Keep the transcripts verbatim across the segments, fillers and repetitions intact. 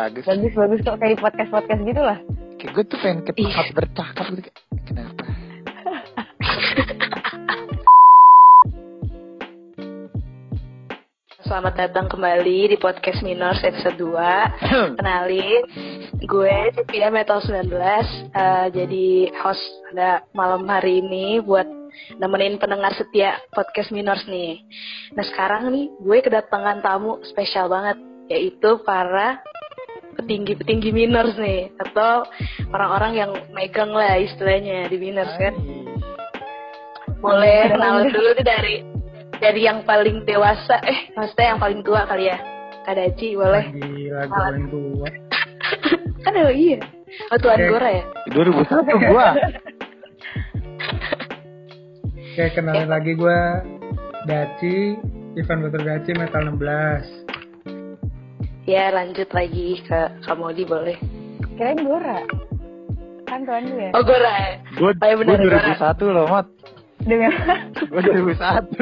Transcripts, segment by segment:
bagus. Bagus bagus kok kayak podcast podcast gitu lah. Kayak gue tuh pengen cepat bercakap gitu. Kenapa? Selamat datang kembali di podcast Minors episode dua. Kenalin, gue Cipia Metal sembilan belas, uh, jadi host pada malam hari ini buat nemenin pendengar setia podcast Minors nih. Nah sekarang nih gue kedatangan tamu spesial banget, yaitu para petinggi-petinggi Minors nih, atau orang-orang yang megang lah istilahnya di Minors kan. Boleh kenalan dulu nih dari dari yang paling dewasa, eh maksudnya yang paling tua kali ya, Kak Daci, boleh? Gila, gue paling tua. Kan oh iya, oh Tuan Oke. Gora ya? dua ribu satu gua. Oke, kenalin lagi gue Daci, Ivan Batur Daci, Metal enam belas. Ya lanjut lagi ke Kak Modi, boleh? Kirain Gora. Kan tuan gue ya. Oh Gora ya? Gue Oh, ya benar, dua ribu satu loh, Mot. Dengan Gue dua ribu satu.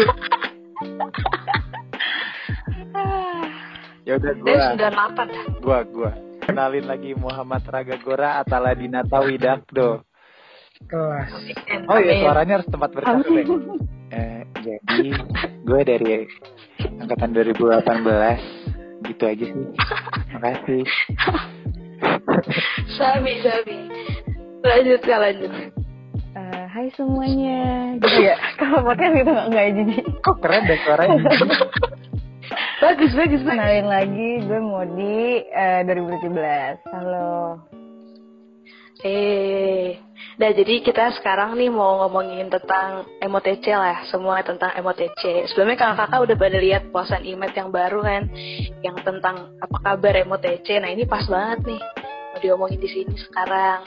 Ya udah Dia gua. sembilan puluh delapan dah. Gua gua. Kenalin lagi Muhammad Raga Gora Ataladinata Widakdo. Kelas. Oh iya, Amin. suaranya harus tempat bercakap ya. Eh, jadi gue dari angkatan dua ribu delapan belas. Gitu aja sih. Makasih. Sabi, sabi. Lanjut, Kak, lanjut. Eh, hai semuanya. Gitu ya. Kalau podcast gitu enggak ya jadi. Kok keren deh suaranya. Bagus, bagus, bagus. Kenalin lagi, gue Modi, eh, dua ribu tujuh belas. Halo. Eh, nah jadi kita sekarang nih mau ngomongin tentang M O T C lah, semua tentang M O T C. Sebelumnya kakak-kakak udah pada lihat posan Imet yang baru kan, yang tentang apa kabar M O T C. Nah ini pas banget nih, mau diomongin di sini sekarang.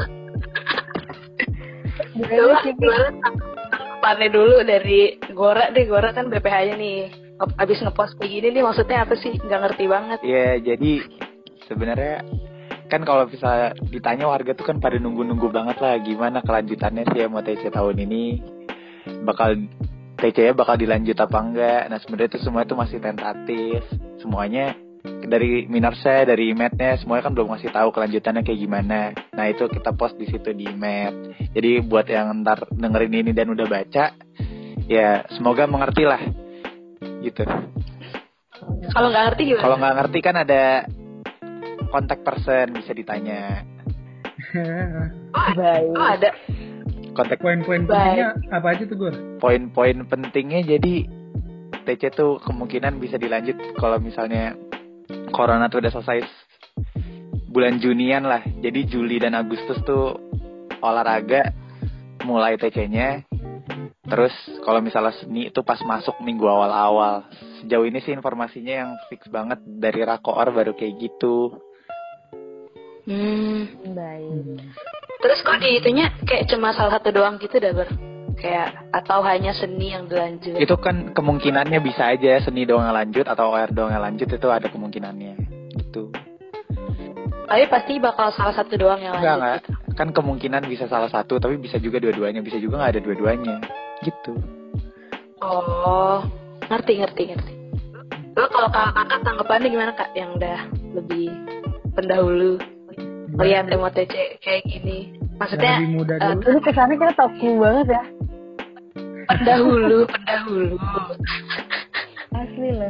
Coba gimana tanggapannya dulu dari Gora deh, Gora kan B P H-nya nih. Abis ngepost kayak gini nih maksudnya apa sih? Nggak ngerti banget. Ya, jadi sebenarnya kan kalau bisa ditanya warga tuh kan pada nunggu-nunggu banget lah gimana kelanjutannya sih M O T C tahun ini, bakal T C-nya bakal dilanjut apa enggak. Nah sebenarnya itu semua itu masih tentatif, semuanya dari Minorsnya, dari Imetnya semuanya kan belum ngasih tahu kelanjutannya kayak gimana. Nah itu kita post di situ di Imet. Jadi buat yang ntar dengerin ini dan udah baca, ya semoga mengerti lah gitu. Kalau nggak ngerti gimana? Kalau nggak ngerti kan ada kontak person, bisa ditanya. Oh, Baik. oh ada. Kontak Poin-poin pentingnya apa aja tuh gue? poin-poin pentingnya, jadi T C tuh kemungkinan bisa dilanjut kalau misalnya Corona tuh udah selesai bulan Junian lah. Jadi Juli dan Agustus tuh olahraga mulai T C-nya. Terus kalau misalnya seni itu pas masuk minggu awal-awal. Sejauh ini sih informasinya yang fix banget dari Rakoor baru kayak gitu. Hmm. Baik. Terus kok di itunya kayak cuma salah satu doang gitu dah ber, kayak atau hanya seni yang dilanjut? Itu kan kemungkinannya bisa aja seni doang yang lanjut atau O R doang yang lanjut, itu ada kemungkinannya gitu. Tapi pasti bakal salah satu doang yang Enggak, lanjut enggak. gitu. Kan kemungkinan bisa salah satu, tapi bisa juga dua-duanya, bisa juga nggak ada dua-duanya gitu. Oh, ngerti ngerti ngerti. Lo kalau kakak tanggapannya gimana kak yang udah lebih pendahulu lihat M O T C kayak gini? Maksudnya Lebih muda eh, dulu. Ini kesannya kita toku banget ya. pendahulu pendahulu. Asli loh.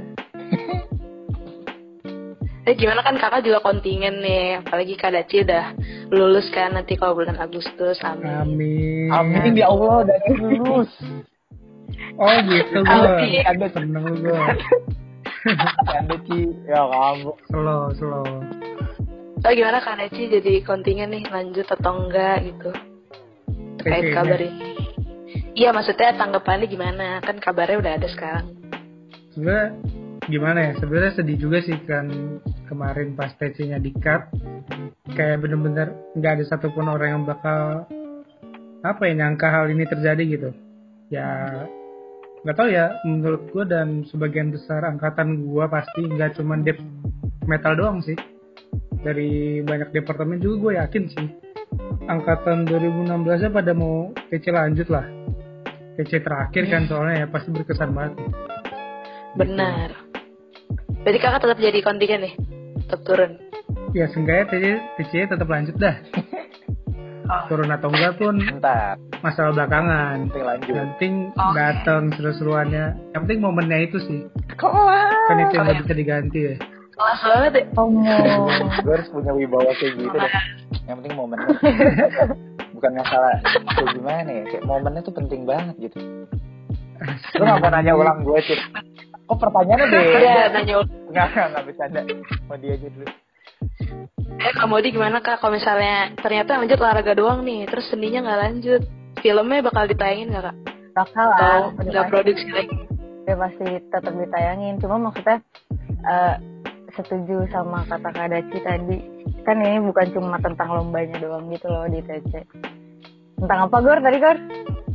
Eh gimana kan kakak juga kontingen nih, apalagi Kak Daci udah lulus kan nanti kalau bulan Agustus, amin. Amin. Amin ya Allah, udah lulus. Oh gitu gue. Amin. Ada seneng lu gue. Ada Ci, ya kamu. Slow, slow. So gimana Kak Daci jadi kontingen nih, lanjut atau enggak gitu terkait T C-nya. kabar ini? Iya maksudnya tanggapannya gimana, kan kabarnya udah ada sekarang. Sebenarnya gimana ya? Sebenarnya sedih juga sih kan kemarin pas T C-nya di-cut. Kayak bener-bener nggak ada satupun orang yang bakal apa ya nyangka hal ini terjadi gitu. Ya nggak tahu ya, menurut gue dan sebagian besar angkatan gue pasti nggak cuma dep metal doang sih. Dari banyak departemen juga gue yakin sih angkatan dua ribu enam belas-nya pada mau T C lanjut lah. T C terakhir kan soalnya ya pasti berkesan banget. Benar. Jadi kakak tetap jadi kontingen nih, tetap turun. Ya seenggaknya T C T C tetap lanjut dah. Turun atau enggak pun Bentar, masalah belakangan. penting lanjut. Yang penting Oh. datang seru-seruannya. Yang penting momennya itu sih. Kelas. Kan itu yang nggak bisa diganti ya. Kelas banget ya. Omong. Gue harus punya wibawa kayak gitu deh. Yang penting momennya. Bukan masalah kayak gimana ya. Kayak momennya tuh penting banget gitu. Lu gak mau nanya ulang gue, Cip? Kok pertanyaannya deh? Udah nanya ulang. Enggak, enggak, enggak bisa ada. Mau dia aja dulu. Eh Kak Modi gimana Kak kalau misalnya ternyata lanjut olahraga doang nih, terus seninya nggak lanjut, filmnya bakal ditayangin nggak Kak? Bakal Atau lah. Udah nggak pasti- produksi lagi? Udah pasti tetap ditayangin. Cuma maksudnya eh, setuju sama kata Kak Daci tadi. Kan ini bukan cuma tentang lombanya doang gitu loh di T C. Tentang apa Gor tadi Gor?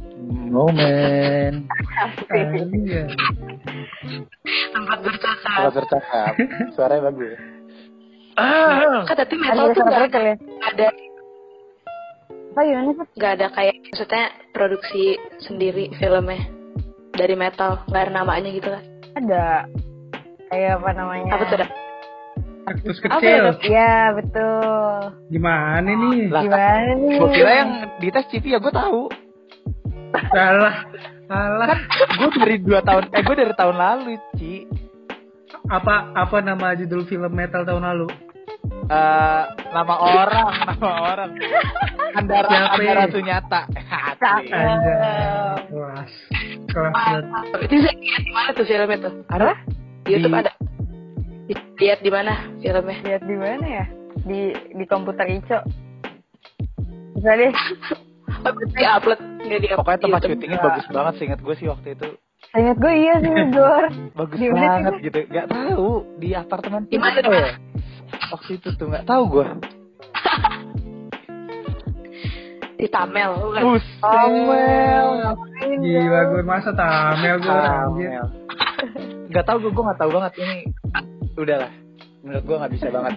Momen. Iya. Tempat bercakap. Kalau bercakap, suaranya bagus. Ah, Kak tapi Ada metal tuh suara nggak perut kali ya? ada Apa gimana sih? nggak ada kayak maksudnya produksi sendiri filmnya dari metal, nggak ada namanya gitu kan? Ada. Kayak apa namanya? Apa tuh? Dak? Kaktus Apa kecil. ya, Iya betul. Gimana nih? Lah, Gimana nih? gue kira yang di tes Cipi ya gue tahu. Salah. Salah. Gue dari dua tahun, eh gue dari tahun lalu, Ci. Apa apa nama judul film metal tahun lalu? Eh, nama orang, nama orang. Andara, Siapa? Andara Sunyata. Asli. Anjay. Kelas. Kelas banget. Itu saya lihat di mana tuh filmnya tuh? Ada? Di YouTube Di- ada. Lihat di mana filmnya? Lihat di mana ya? Di di komputer Ico. Bisa deh. Oh, di upload nggak di upload? Pokoknya tempat YouTube. syutingnya bagus banget, seingat gue sih waktu itu. Ingat gue iya sih Gor. Bagus Di mana banget sih? gitu. Gak tahu di apartemen Di mana, apa di mana? ya? Waktu itu tuh gak tahu gue. Di Tamel bukan? Buset. Gila gue masa Tamel gue anjir. Tamel. Gak tahu gue, gue gak tahu banget ini. Udahlah. Menurut gue gak bisa banget.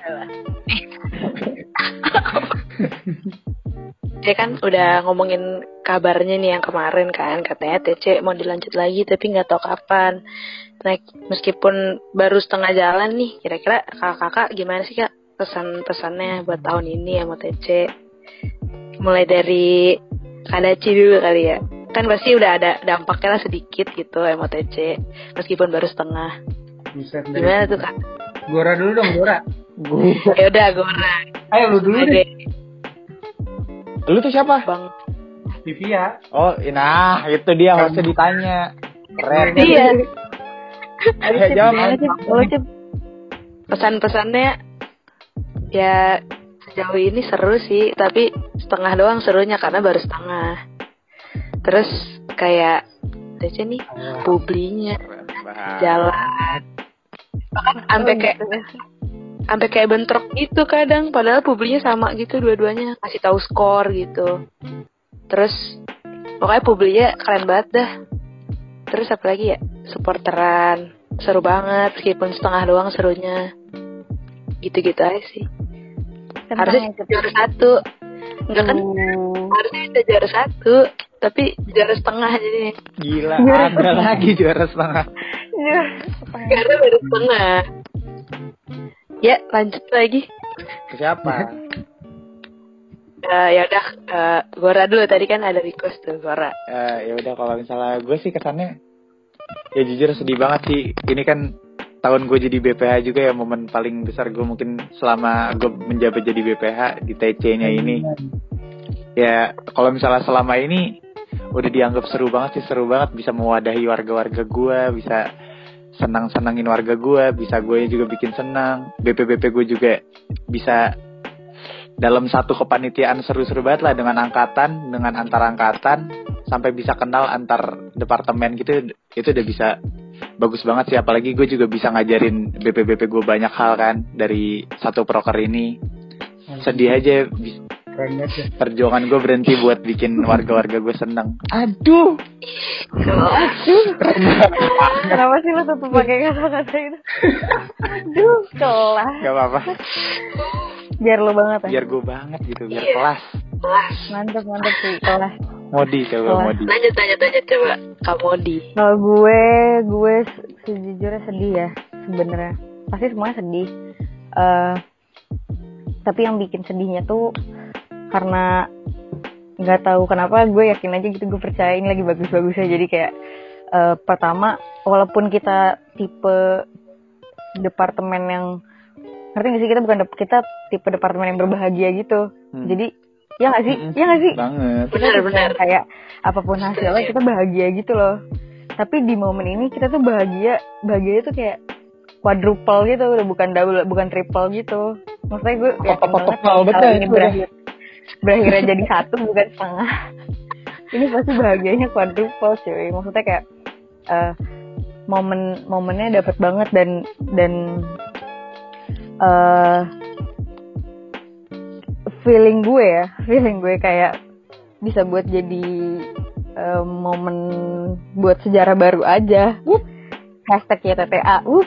Dia kan udah ngomongin kabarnya nih yang kemarin kan, katanya T C mau dilanjut lagi tapi nggak tahu kapan. Nah, meskipun baru setengah jalan nih, kira-kira kakak-kakak gimana sih Kak pesan-pesannya buat tahun ini ya mau T C? Mulai dari Kadaci dulu kali ya. Kan pasti udah ada dampaknya lah sedikit gitu ya mau T C, meskipun baru setengah. Buset Gimana dari. tuh Kak? Gora dulu dong, Gora. Ya udah Gora. Ayo lu dulu deh. Lu tuh siapa? Bang. Vivia. Oh, nah itu dia harusnya ditanya. Keren. Iya. Ayo Eh, Cip, jawab. gimana Cip? Lo Cip. Pesan-pesannya ya sejauh ini seru sih, tapi setengah doang serunya karena baru setengah. Terus kayak T C nih publinya Keren banget. jalan bahkan sampai kayak sampai kayak bentrok gitu kadang, padahal publinya sama gitu dua-duanya kasih tahu skor gitu. Terus pokoknya publinya keren banget dah. Terus apa lagi ya, supporteran seru banget meskipun setengah doang serunya, gitu-gitu aja sih. Harusnya juara satu, enggak kan? Uh, Harusnya bisa juara satu, tapi juara setengah jadi Gila, ada lagi juara setengah. karena baru setengah. Ya lanjut lagi. Ke siapa? Uh, ya udah, uh, Gora dulu, tadi kan ada request tuh Gora. Eh, ya udah kalau misalnya gue sih kesannya ya jujur sedih banget sih. Ini kan tahun gue jadi B P H juga ya, momen paling besar gue mungkin selama gue menjabat jadi B P H di T C-nya ini. Ya kalau misalnya selama ini udah dianggap seru banget sih, seru banget bisa mewadahi warga-warga gue, bisa senang-senangin warga gue, bisa gue juga bikin senang, B P B P gue juga bisa dalam satu kepanitiaan seru-seru banget lah, dengan angkatan, dengan antar angkatan, sampai bisa kenal antar departemen gitu. Itu udah bisa bagus banget sih. Apalagi gue juga bisa ngajarin B P B P gue banyak hal kan dari satu proker ini. Sedih aja Keren banget ya. perjuangan gue berhenti buat bikin warga-warga gue seneng. Aduh. kenapa sih lo tetap pakai kata-kata itu? Aduh, kelas. Gak apa-apa. Biar lo banget ya. Biar gue banget gitu, biar kelas. Mantep mantep sih kelas. Modi coba Kelas. Modi. Lanjut lanjut lanjut coba Kak Modi. Kalau gue, gue se- sejujurnya sedih ya sebenarnya. Pasti semuanya sedih. Eh Tapi yang bikin sedihnya tuh karena nggak tahu kenapa, gue yakin aja gitu, gue percaya ini lagi bagus-bagusnya. Jadi kayak uh, pertama, walaupun kita tipe departemen yang, ngerti nggak sih, kita bukan de- kita tipe departemen yang berbahagia gitu. Hmm. Jadi ya nggak sih, hmm. ya nggak sih. Banget. Benar-benar kayak apapun hasilnya kita bahagia gitu loh. Tapi di momen ini kita tuh bahagia, bahagia tuh kayak quadruple gitu, udah bukan double, bukan triple gitu. Maksudnya gue yakin banget kalau ini berakhir berakhirnya jadi satu bukan setengah. Ini pasti bahagianya quadruple cuy. Maksudnya kayak uh, momen momennya dapet banget dan dan uh, feeling gue ya, feeling gue kayak bisa buat jadi uh, momen buat sejarah baru aja. Wup. Hashtag Y T T A. Wup.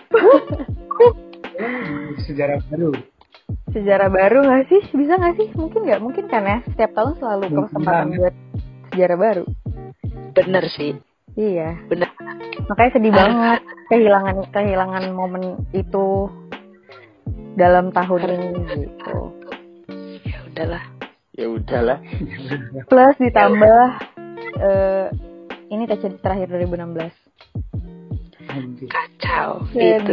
Sejarah baru. Sejarah baru nggak sih? Bisa nggak sih? Mungkin nggak? Mungkin kan ya. Setiap tahun selalu kesempatan buat sejarah baru. Bener sih. Iya. Bener. Makanya sedih banget kehilangan kehilangan momen itu dalam tahun ini gitu. Ya udahlah. Ya udahlah. Plus ditambah uh, ini T C terakhir dua ribu enam belas. Kacau. Gitu.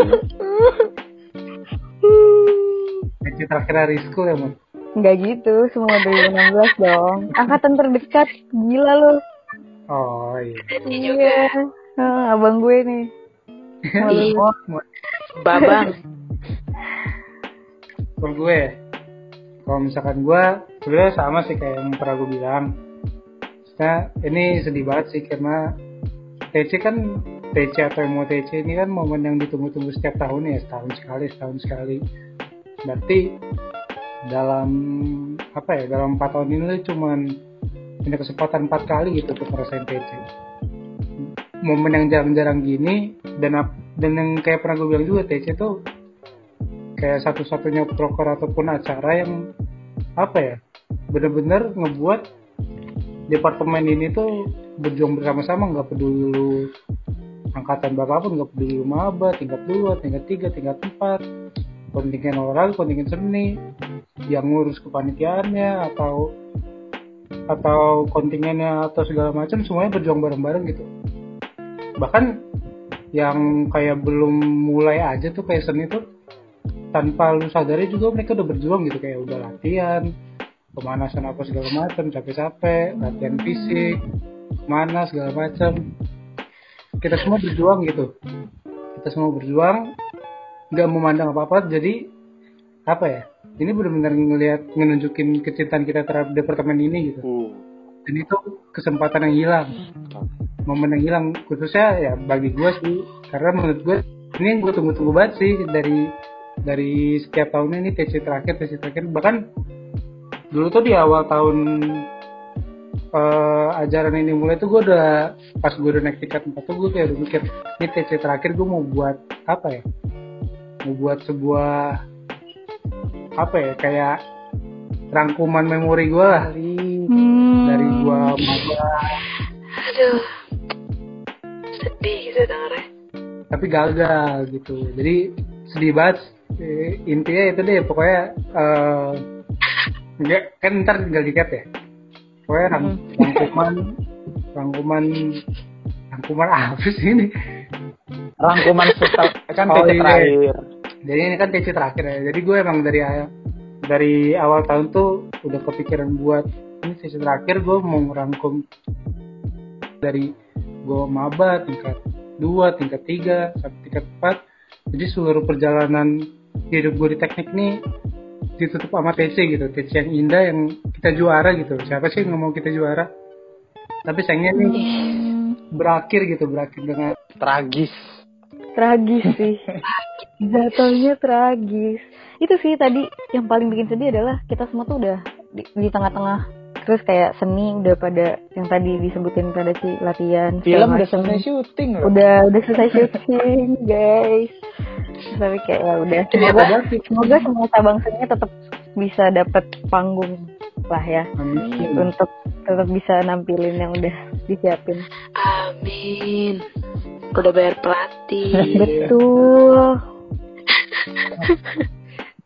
T C terakhir hari school ya, Mon? Enggak gitu, semua dua ribu enam belas dong. Angkatan terdekat, gila lo. Oh iya. Iya, nah, abang gue nih. Oh, babang. Kalau gue, kalau misalkan gue, sebenarnya sama sih kayak yang pernah gue bilang. Nah, ini sedih banget sih karena T C kan, T C atau M O T C ini kan momen yang ditunggu-tunggu setiap tahun ya, setahun sekali, setahun sekali. Berarti dalam apa ya, dalam empat tahun ini cuman punya kesempatan empat kali gitu untuk ngerasain T C. Momen yang jarang-jarang gini, dan dan yang kayak pernah gue bilang juga, T C tuh kayak satu-satunya proker ataupun acara yang apa ya, benar-benar ngebuat departemen ini tuh berjuang bersama-sama, nggak peduli lu angkatan berapapun, nggak peduli lu maba, tingkat dua, tingkat tiga, tingkat empat, kontingen olahraga, kontingen seni, yang ngurus kepanitiaannya atau atau kontingennya atau segala macam, semuanya berjuang bareng-bareng gitu. Bahkan yang kayak belum mulai aja tuh kayak seni tuh, tanpa lu sadari juga mereka udah berjuang gitu, kayak udah latihan, pemanasan apa segala macam, capek-capek, latihan fisik, mana segala macam. Kita semua berjuang gitu. Kita semua berjuang, nggak memandang apa-apa. Jadi apa ya? Ini benar-benar ngelihat, ngenunjukin kecintaan kita terhadap departemen ini gitu. Uh. Dan itu kesempatan yang hilang, momen yang hilang, khususnya ya bagi gue sih. Karena menurut gue ini yang gue tunggu-tunggu banget sih dari dari setiap tahun ini, T C terakhir, T C terakhir. Bahkan dulu tuh di awal tahun uh, ajaran ini mulai tuh gue udah, pas gue udah naik tingkat empat tuh gue kayak udah mikir, ini T C terakhir gue mau buat apa ya, mau buat sebuah apa ya, kayak rangkuman memori gue lah, hmm. dari gue maba. Aduh, sedih gitu dengarnya. Tapi gagal gitu, jadi sedih banget. Intinya itu deh pokoknya, uh, enggak, kan ntar tinggal dikat ya. Pokoknya rang, rangkuman, rangkuman, rangkuman apa sih ini? Rangkuman setel, kan T C oh, iya. terakhir. Jadi ini kan T C terakhir ya. Jadi gue emang dari dari awal tahun tuh udah kepikiran buat ini T C terakhir, gue mau ngerangkum dari gue maba tingkat dua, tingkat tiga, sampai tingkat empat. Jadi seluruh perjalanan hidup gue di teknik nih ditutup sama T C gitu, T C yang indah, yang kita juara gitu. Siapa sih nggak mau kita juara? Tapi sayangnya nih berakhir gitu, berakhir dengan tragis. Tragis sih, jatuhnya tragis. Itu sih tadi yang paling bikin sedih adalah kita semua tuh udah di, di tengah-tengah, terus kayak seni udah pada yang tadi disebutin pada si latihan. Film udah selesai syuting loh. Udah udah selesai syuting guys. Tapi kayak ya udah, semoga semoga semua cabang seninya tetap bisa dapat panggung lah ya. Amin. Untuk tetap bisa nampilin yang udah disiapin. Amin. Udah bayar pelatih. Betul.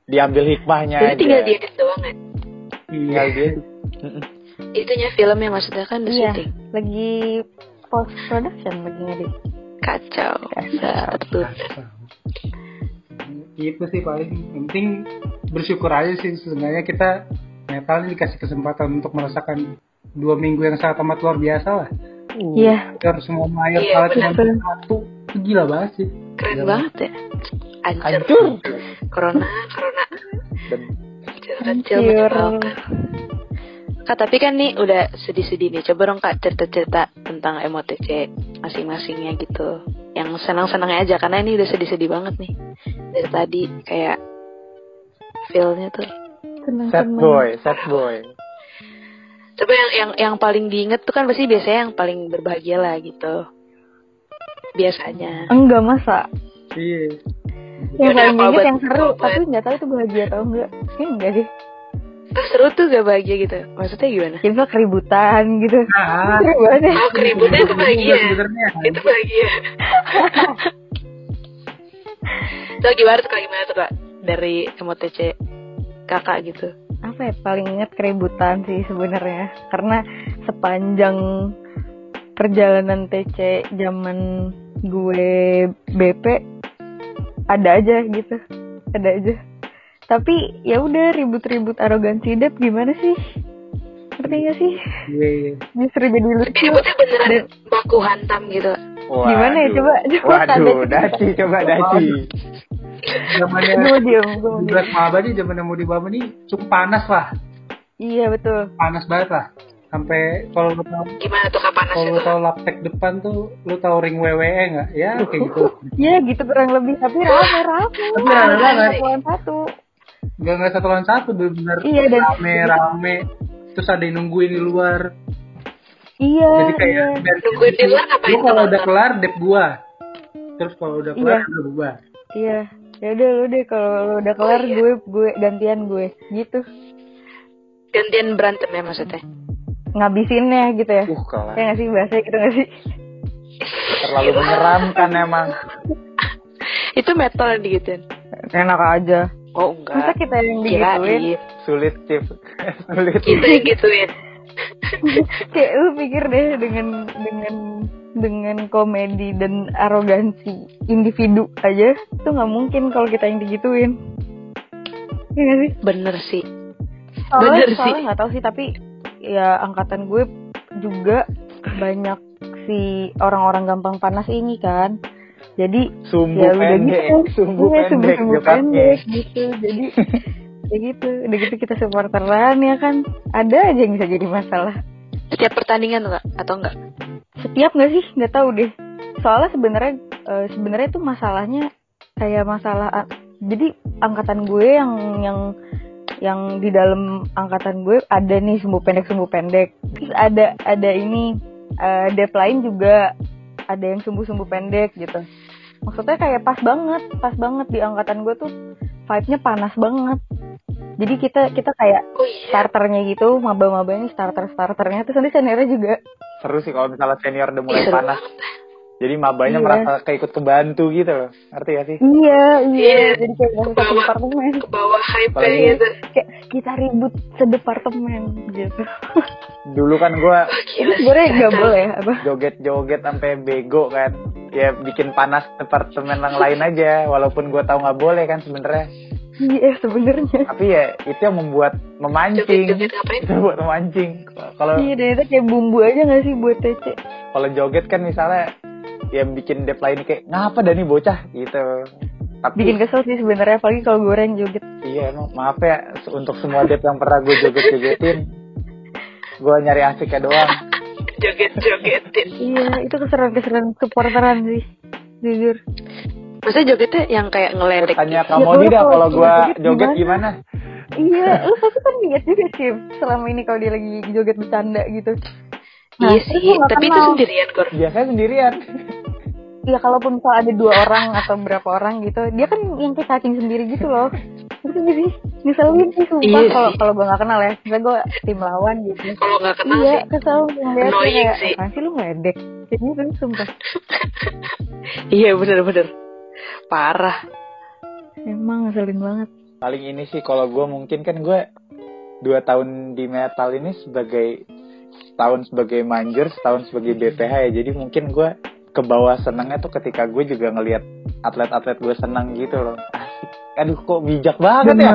diambil hikmahnya Jadi aja. tinggal diedit doang ya. Tinggal dia. Itunya filmnya maksudnya kan udah Iya, syuting. lagi post production lagi ngedit. Kacau. Kacau. Satu. Itu sih paling penting, bersyukur aja sih sebenarnya kita metal ini dikasih kesempatan untuk merasakan dua minggu yang sangat amat luar biasa lah. Iya. Kita harus semua mayat Iya, kalah cuma bener. satu. Itu gila banget sih. Keren Gila banget ya. Hancur. Hancur. Corona, corona. Dan Kecil-kecil Hancur. menyebalkan. Kak, tapi kan nih udah sedih-sedih nih. Coba dong Kak cerita-cerita tentang M O T C masing-masingnya gitu. Yang senang-senangnya aja, karena ini udah sedih-sedih banget nih. Dari tadi kayak feel-nya tuh. sad boy, sad boy. Coba yang yang yang paling diinget tuh kan pasti biasanya yang paling berbahagia lah gitu. Biasanya. Enggak masa. Iya. Yang Yaudah, paling kalau inget buat- yang seru, kalau buat- tapi nggak tahu itu bahagia atau enggak. Kayaknya enggak deh. Ah, seru tuh gak bahagia gitu. Maksudnya gimana? Jadi misalnya keributan gitu. Nah, Seru banget ya. Oh, keributan itu bahagia. Sebenarnya. Itu bahagia. Tuh gimana tuh Kak, gimana tuh Kak? Dari M O T C kakak gitu. Apa ya, paling inget keributan sih sebenarnya, karena sepanjang perjalanan T C zaman gue B P ada aja gitu, ada aja. Tapi ya udah, ribut-ribut arogansi dep gimana sih, ngerti gak sih? Iya, iya. Justru jadi lucu. Ributnya beneran baku hantam gitu. Gimana ya, coba coba Waduh, Kak, Daci, coba Daci. Zamannya gue mau diem, gue mau di diem. belas maba nih, zaman mau di maba nih cukup panas lah. Iya betul. Panas banget lah. Sampai kalau lu tahu Gimana tuh Kak panasnya kalau lu tuh? tahu laptek depan tuh, lu tahu ring W W E nggak? Ya kayak gitu. Iya gitu kurang lebih, tapi rame-rame. Tapi rame banget. Satu lawan satu. Gak nggak satu lawan satu, benar-benar Iya, dan- rame-rame. Terus ada yang nungguin di luar. Iya, Jadi kayak iya. dari Nungguin di luar ngapain lu tuh kalau udah nonton? kelar dep gua. Terus kalau udah kelar Iya. udah gua. Iya. Ya udah lu deh, kalau lu udah kelar Oh, iya. gue gue gantian gue gitu. Gantian berantem ya maksudnya. Ngabisinnya gitu ya. Uh, kalah. Ya nggak sih, bahasanya gitu nggak sih? Terlalu menyeramkan emang. Itu metal yang digituin. Enak aja. Oh Masa enggak. kita yang digituin? Kirain. Sulit, Cip. Sulit. Kita yang gituin. Kayak lu pikir deh, dengan dengan dengan komedi dan arogansi individu aja itu nggak mungkin kalau kita yang digituin. Iya nggak sih? Bener sih. Soalnya, Bener sih. soalnya nggak tahu sih, tapi ya angkatan gue juga banyak si orang-orang gampang panas ini kan. Jadi Sumbu ya udah pendek, gitu, sumbu iya, pendek sumbu-sumbu nyokapnya. pendek gitu. Jadi ya gitu, udah gitu kita supporteran ya kan, ada aja yang bisa jadi masalah. Setiap pertandingan enggak atau enggak? Setiap nggak sih, nggak tahu deh. Soalnya sebenarnya eh, sebenarnya itu masalahnya kayak masalah ah, jadi angkatan gue yang yang yang di dalam angkatan gue ada nih sumbu pendek sumbu pendek. Terus ada ada ini eh, dep lain juga ada yang sumbu-sumbu pendek gitu. Maksudnya kayak pas banget, pas banget di angkatan gue tuh vibe-nya panas banget. Jadi kita kita kayak Oh iya. starternya gitu, maba-mabanya starter-starternya, terus nanti seniornya juga. Seru sih kalau misalnya senior udah mulai Seru panas. banget. Jadi mabanya Iya. merasa kayak ikut kebantu gitu loh. Ngerti gak sih? Iya, iya, Iya. jadi kayak masuk satu Kebawa. departemen. Ke bawah hype Apalagi- gitu. Kayak kita ribut sedepartemen gitu. Dulu kan gue Itu sebenarnya nggak boleh apa? joget-joget sampai bego kan. Ya bikin panas departemen yang lain aja. Walaupun gue tahu nggak boleh kan sebenarnya. Iya sebenarnya. Tapi ya itu yang membuat memancing. Joget-joget ngapain? Itu buat memancing. Kalau Iya, dan itu kayak bumbu aja nggak sih buat T C? kalau joget kan misalnya yang bikin dep lain kayak ngapa dah nih bocah gitu. Tapi Bikin kesel sih sebenarnya, apalagi kalau goreng joget. iya emang maaf ya untuk semua dep yang pernah gue joget-jogetin. Gue nyari asiknya doang. Joget-jogetin. Iya, itu keseruan-keseruan supporteran sih, jujur. Maksudnya jogetnya yang kayak ngeledek. Tanya Ya, kamu kalau dah kalau kalau gue joget joget gimana? gimana? Iya, lu pasti kan lihat juga sih selama ini kalau dia lagi joget bercanda gitu. Nah, Iya terus sih, lu nggak tapi itu kenal. sendirian Gor. Biasanya sendirian. Iya, kalaupun misal ada dua orang atau berapa orang gitu, dia kan yang kayak cacing sendiri gitu loh. Ngerti gak sih? Ngeselin sih sumpah Iya kalau sih. kalau gue gak kenal ya. Misalnya gue tim lawan gitu. Kalau nggak kenal Iya, sih. kesel ngeliatnya Annoying kayak, sih. apaan sih lu ngeledek? Kayak gitu sumpah. Iya bener-bener. Parah. Emang ngeselin banget. Paling ini sih kalau gue mungkin kan gue dua tahun di metal ini sebagai setahun sebagai manjur, setahun sebagai B P H ya. Jadi mungkin gue ke bawah senangnya tuh ketika gue juga ngelihat atlet-atlet gue senang gitu loh. Asik. Aduh kok bijak banget ya.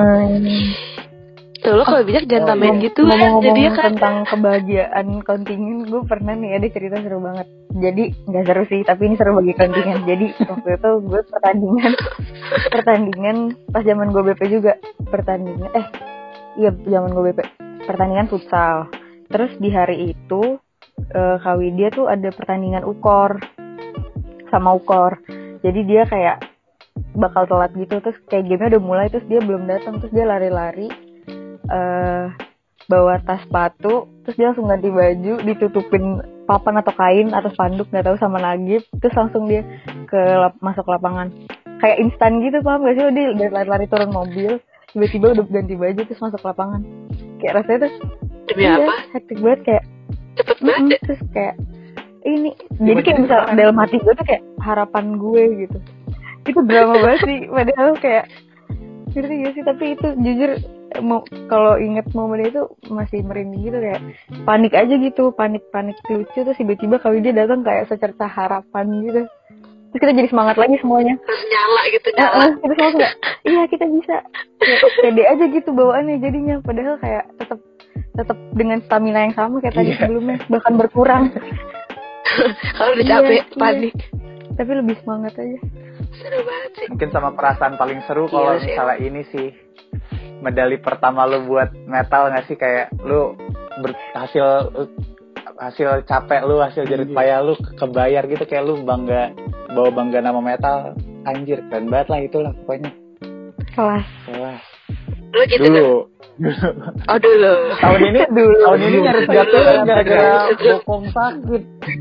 Tuh lo kalau bijak jangan tambahin gitu kan. Ngomong-ngomong Jadi kan tentang kebahagiaan kontingen, gue pernah nih ada cerita seru banget. Jadi nggak seru sih, tapi ini seru bagi kontingen. Jadi waktu itu gue pertandingan, pertandingan pas zaman gue B P juga pertandingan. Eh, iya zaman gue B P pertandingan futsal. Terus di hari itu uh, Kak Widya tuh ada pertandingan ukor sama ukor. Jadi dia kayak bakal telat gitu. Terus kayak gamenya udah mulai, terus dia belum datang. Terus dia lari-lari uh, bawa tas sepatu. Terus dia langsung ganti baju, ditutupin papan atau kain atau spanduk nggak tahu sama Nagib. Terus langsung dia ke lap- masuk lapangan. Kayak instan gitu, paham gak sih? Dia dari lari-lari turun mobil, tiba-tiba udah ganti baju terus masuk lapangan. Kayak rasanya tuh demi iya, apa? hektik banget kayak Cepet banget. mm, terus kayak ini jadi kayak misal dalam hati gue tuh kayak harapan gue gitu. Itu drama banget sih, padahal kayak ngerti gak sih, tapi itu jujur mau kalau inget momen itu masih merinding gitu, kayak panik aja gitu, panik-panik lucu. Terus tiba-tiba kalau dia datang kayak secerca harapan gitu, terus kita jadi semangat lagi semuanya. Terus nyala gitu, nyala. Uh-uh, kita semua kayak iya kita bisa, kayak pede aja gitu bawaannya jadinya, padahal kayak tetap tetap dengan stamina yang sama kayak tadi Iya. sebelumnya, bahkan berkurang. Kalau udah Iya, capek, iya. panik. Tapi lebih semangat aja. Seru banget sih. Mungkin sama perasaan paling seru kalau Iya sih, misalnya ini sih medali pertama lu buat metal nggak sih, kayak lu berhasil hasil capek lu, hasil jerih payah lu kebayar gitu, kayak lu bangga bawa bangga nama metal. Anjir keren banget lah itulah pokoknya. Kelas. Kelas. Lu gitu Dulu. Oh dulu. Tahun ini Dulu. tahun ini nyaris gatel gara-gara bokong sakit.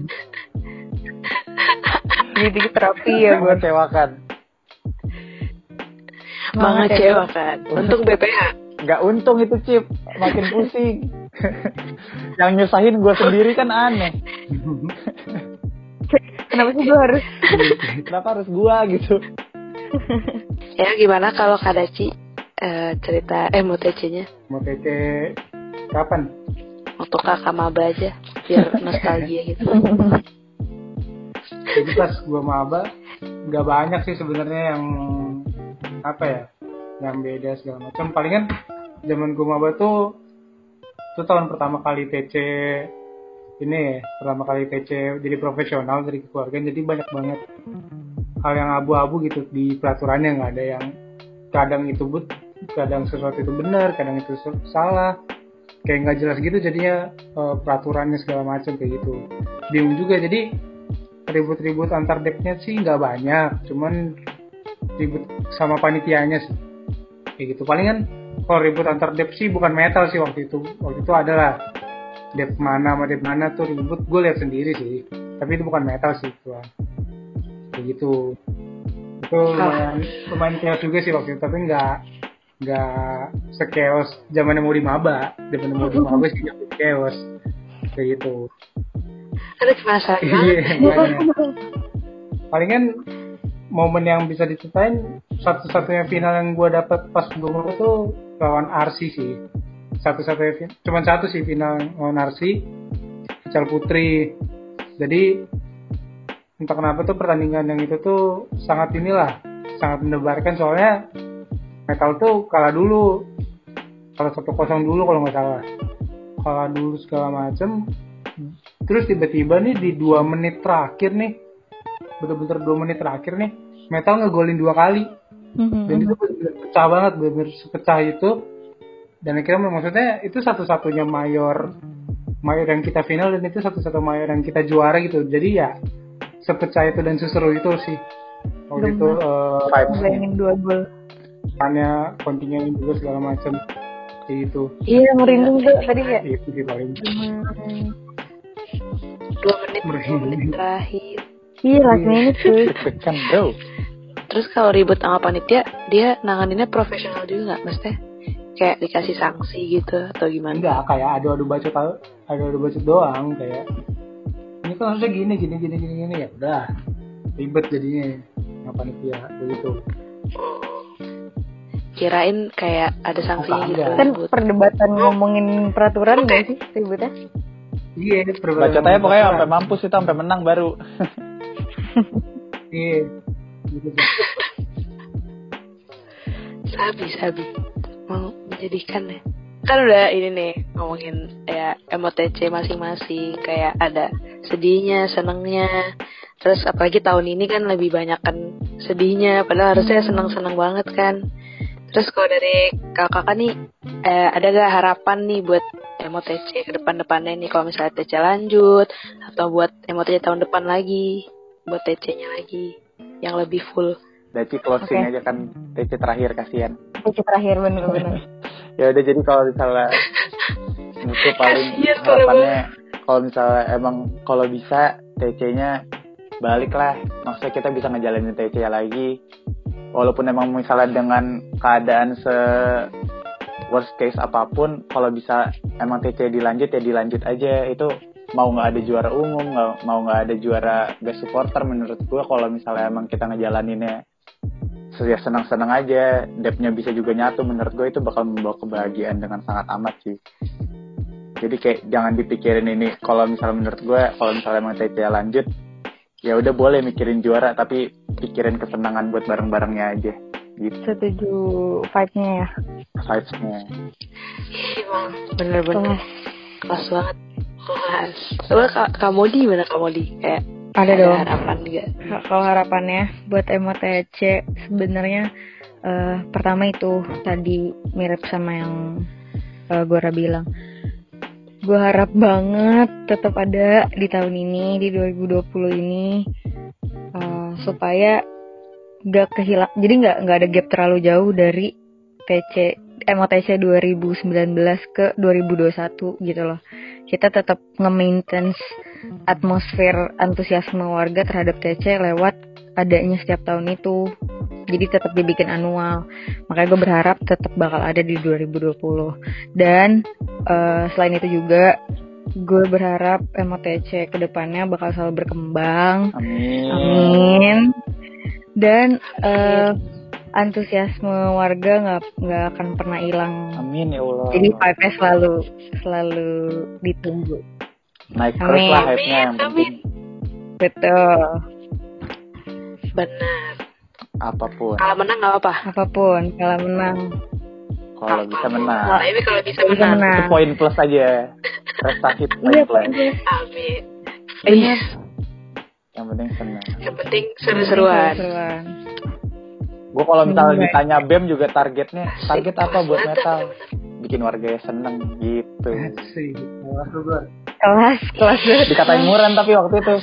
Jadi terapi ya gue. Mengecewakan. Mengecewakan. Untung B P H. Gak untung itu Cip, makin pusing. Yang nyusahin gue sendiri kan aneh. Kenapa sih gue harus? Kenapa harus gue gitu? Ya gimana kalau Kak Daci uh, cerita eh mau T C-nya? Mau T C kapan? Waktu kakak maba aja, biar nostalgia gitu. Jadi pas gue maba nggak banyak sih sebenarnya yang apa ya, yang beda segala macam. Palingan zaman gue maba tuh itu tahun pertama kali T C ini, pertama kali T C jadi profesional dari keluarga, jadi banyak banget hal yang abu-abu gitu di peraturannya, nggak ada yang kadang itu but, kadang sesuatu itu benar, kadang itu salah, kayak nggak jelas gitu jadinya uh, peraturannya segala macam kayak gitu. Bingung juga, jadi ribut-ribut antar depnya sih nggak banyak, cuman ribut sama panitianya sih kayak gitu. Palingan kalau ribut antar dep sih bukan metal sih waktu itu, waktu itu adalah dep mana sama dep mana tuh ribut, gue lihat sendiri sih, tapi itu bukan metal sih tuh kayak gitu. Itu lumayan lumayan chaos juga sih waktu itu, tapi nggak nggak sekeos zamannya mau di maba, zamannya mau di maba sih nggak chaos kayak gitu. Aduh penasaran. Iya, palingan momen yang bisa diceritain satu-satunya final yang gue dapat pas gue itu lawan R C sih, satu-satunya cuma satu sih final lawan R C futsal putri. Jadi entah kenapa tuh pertandingan yang itu tuh sangat inilah, sangat mendebarkan, soalnya metal tuh kalah dulu, kalah satu kosong dulu kalau nggak salah, kalah dulu segala macem. Terus tiba-tiba nih di dua menit terakhir nih, bener-bener dua menit terakhir nih, metal ngegolin dua kali, dan itu bener-bener pecah banget, bener-bener sepecah itu. Dan akhirnya maksudnya itu satu-satunya mayor mayor yang kita final, dan itu satu-satu mayor yang kita juara gitu. Jadi ya sepecah itu dan seseru itu sih waktu itu. Uh, bayangin dua gol, hanya kontingen juga segala macam kayak gitu. Iya merinding tuh tadi kayak itu sih paling dua menit dua menit terakhir. Iya last minute tuh. Deg-degan bro. Terus kalau ribut sama panitia, dia nanganinnya profesional juga nggak, maksudnya kayak dikasih sanksi gitu atau gimana? Enggak, kayak adu-adu bacot, adu-adu bacot doang, kayak ini kan harusnya gini gini gini gini gini, ya udah ribet jadinya sama panitia begitu. kirain kayak ada sanksinya gitu. Kan perdebatan ngomongin peraturan nggak sih ributnya? Iya, baca aja pokoknya sampai mampus itu sampai menang baru. Iya. Gitu. Sabi sabi mau menjadikan ya. Kan udah ini nih ngomongin ya M O T C masing-masing, kayak ada sedihnya, senengnya. Terus apalagi tahun ini kan lebih banyak kan sedihnya, padahal harusnya seneng-seneng banget kan. Terus kalau dari kakak nih, eh, ada gak harapan nih buat M O T C ke depan-depannya nih, kalau misalnya T C lanjut, atau buat M O T C tahun depan lagi, buat T C-nya lagi yang lebih full. Daci closing okay. aja kan, T C terakhir kasihan. T C terakhir bener-bener. Ya udah, jadi kalau misalnya itu paling harapannya kalau misalnya emang kalau bisa T C-nya balik lah, maksudnya kita bisa ngejalanin T C lagi, walaupun emang misalnya dengan keadaan se worst case apapun, kalau bisa emang T C dilanjut ya dilanjut aja. Itu mau nggak ada juara umum, nggak mau nggak ada juara best supporter, menurut gue kalau misalnya emang kita ngejalaninnya ya senang-senang aja, depth-nya bisa juga nyatu, menurut gue itu bakal membawa kebahagiaan dengan sangat amat sih. Jadi kayak jangan dipikirin ini, kalau misalnya menurut gue kalau misalnya emang T C lanjut ya udah boleh mikirin juara, tapi pikirin kesenangan buat bareng-barengnya aja gitu. Setuju vibe-nya ya. Vibes-nya. Emang bener-bener kelas banget. Kelas. Coba Kak Modi gimana Kak Modi? Kayak ada, ada dong harapan juga. Kalau harapannya buat M O T C sebenarnya uh, pertama itu tadi mirip sama yang uh, Gora bilang. Gue harap banget tetap ada di tahun ini, di dua ribu dua puluh ini, uh, supaya gak kehilang. Jadi nggak nggak ada gap terlalu jauh dari T C M O T C dua ribu sembilan belas ke dua ribu dua puluh satu gitu loh. Kita tetap nge-maintain atmosfer antusiasme warga terhadap T C lewat adanya setiap tahun itu. Jadi tetap dibikin annual. Makanya gue berharap tetap bakal ada di dua ribu dua puluh. Dan uh, selain itu juga gue berharap M O T C kedepannya bakal selalu berkembang. Amin. Amin. Dan uh, antusiasme warga nggak nggak akan pernah hilang. Amin ya Allah. Jadi vibe-nya selalu selalu ditunggu. Naik terus lah hype-nya yang penting. Betul. Benar. Apapun. Kalau menang nggak apa-apa. Apapun, kalau menang. Kalau bisa menang. Kalau ini kalau bisa bisa menang. menang. Itu poin plus aja. Prestasi poin Iya, plus. Amin. Benar. Yang penting senang. Yang penting seru-seruan. Seru-seruan. Gue kalau misalnya Hmm, ditanya B E M juga targetnya, target apa buat metal? Bikin warganya seneng gitu. Asik. Kelas lu, Bro. Kelas, kelas banget. Dikatain murah tapi waktu itu.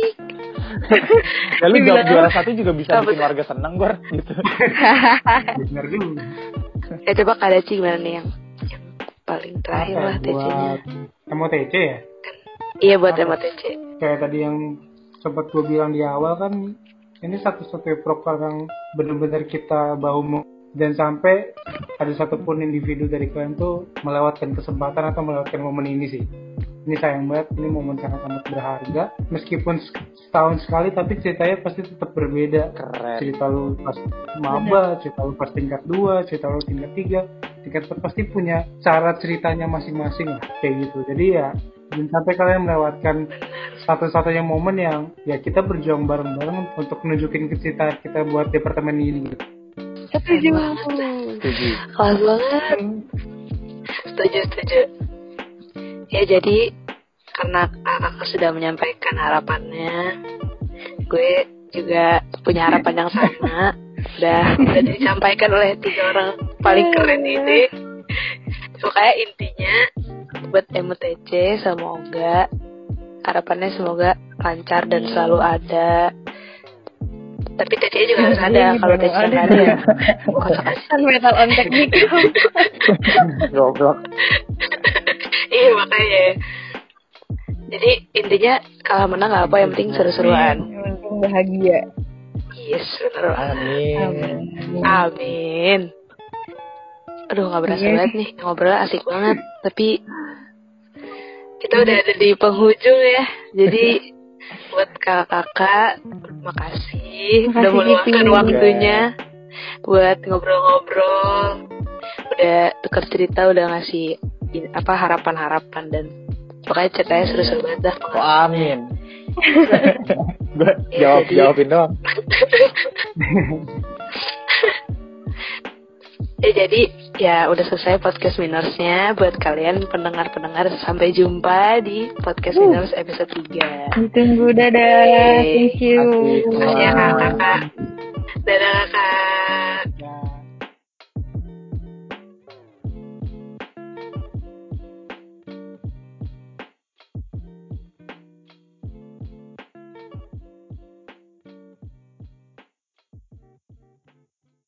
Ya lu jawab juara satu juga bisa bikin warga seneng, Gor, gitu. Bener juga. Ya coba Kak Daci gimana nih yang, yang paling terakhir Apa lah T C-nya. M O T C ya? Iya buat Apa? M O T C. Kayak tadi yang sempat gue bilang di awal kan, ini satu-satunya program yang benar-benar kita bahu, dan sampai ada satupun individu dari kalian tuh melewatkan kesempatan atau melewatkan momen ini sih. Ini sayang banget, ini momen sangat amat berharga. Meskipun setahun sekali, tapi ceritanya pasti tetap berbeda. Keren. Cerita lu pas maba, cerita lu pas tingkat dua, cerita lu tingkat tiga, tingkat empat pasti punya cara ceritanya masing-masing lah, kayak gitu. Jadi ya, dan sampai kalian melewatkan satu-satunya momen yang ya kita berjuang bareng-bareng untuk nunjukin ke cerita kita buat departemen ini. Setuju. Setuju. Kelas banget. Setuju, setuju. Ya jadi karena kakak sudah menyampaikan harapannya, gue juga punya harapan yang sama. Udah udah disampaikan oleh tiga orang paling keren ini. Makanya intinya buat M O T C semoga harapannya semoga lancar dan selalu ada. Tapi T C juga harus ada. Kalau T C nggak ada ya Kan metal on teknik. Goblok. Iya makanya. Jadi intinya kalau menang nggak apa, yang penting seru-seruan. Yang penting bahagia. Yes, bener. Amin. Amin. Aduh nggak berasa Yes. banget nih ngobrol, asik banget. Tapi kita udah ada di penghujung ya. Jadi buat kakak-kakak, makasih, Makasih, udah meluangkan Kiki. waktunya buat ngobrol-ngobrol, udah tukar cerita, udah ngasih apa harapan-harapan dan pokoknya ceritanya seru-seru banget dah. Oh, amin. Gue jawab jadi, jawabin doang. ya jadi ya udah selesai podcast Minorsnya. Buat kalian pendengar-pendengar, sampai jumpa di podcast uh. Minors episode tiga. Ditunggu, dadah. Thank you. Ya kakak. Dadah kakak.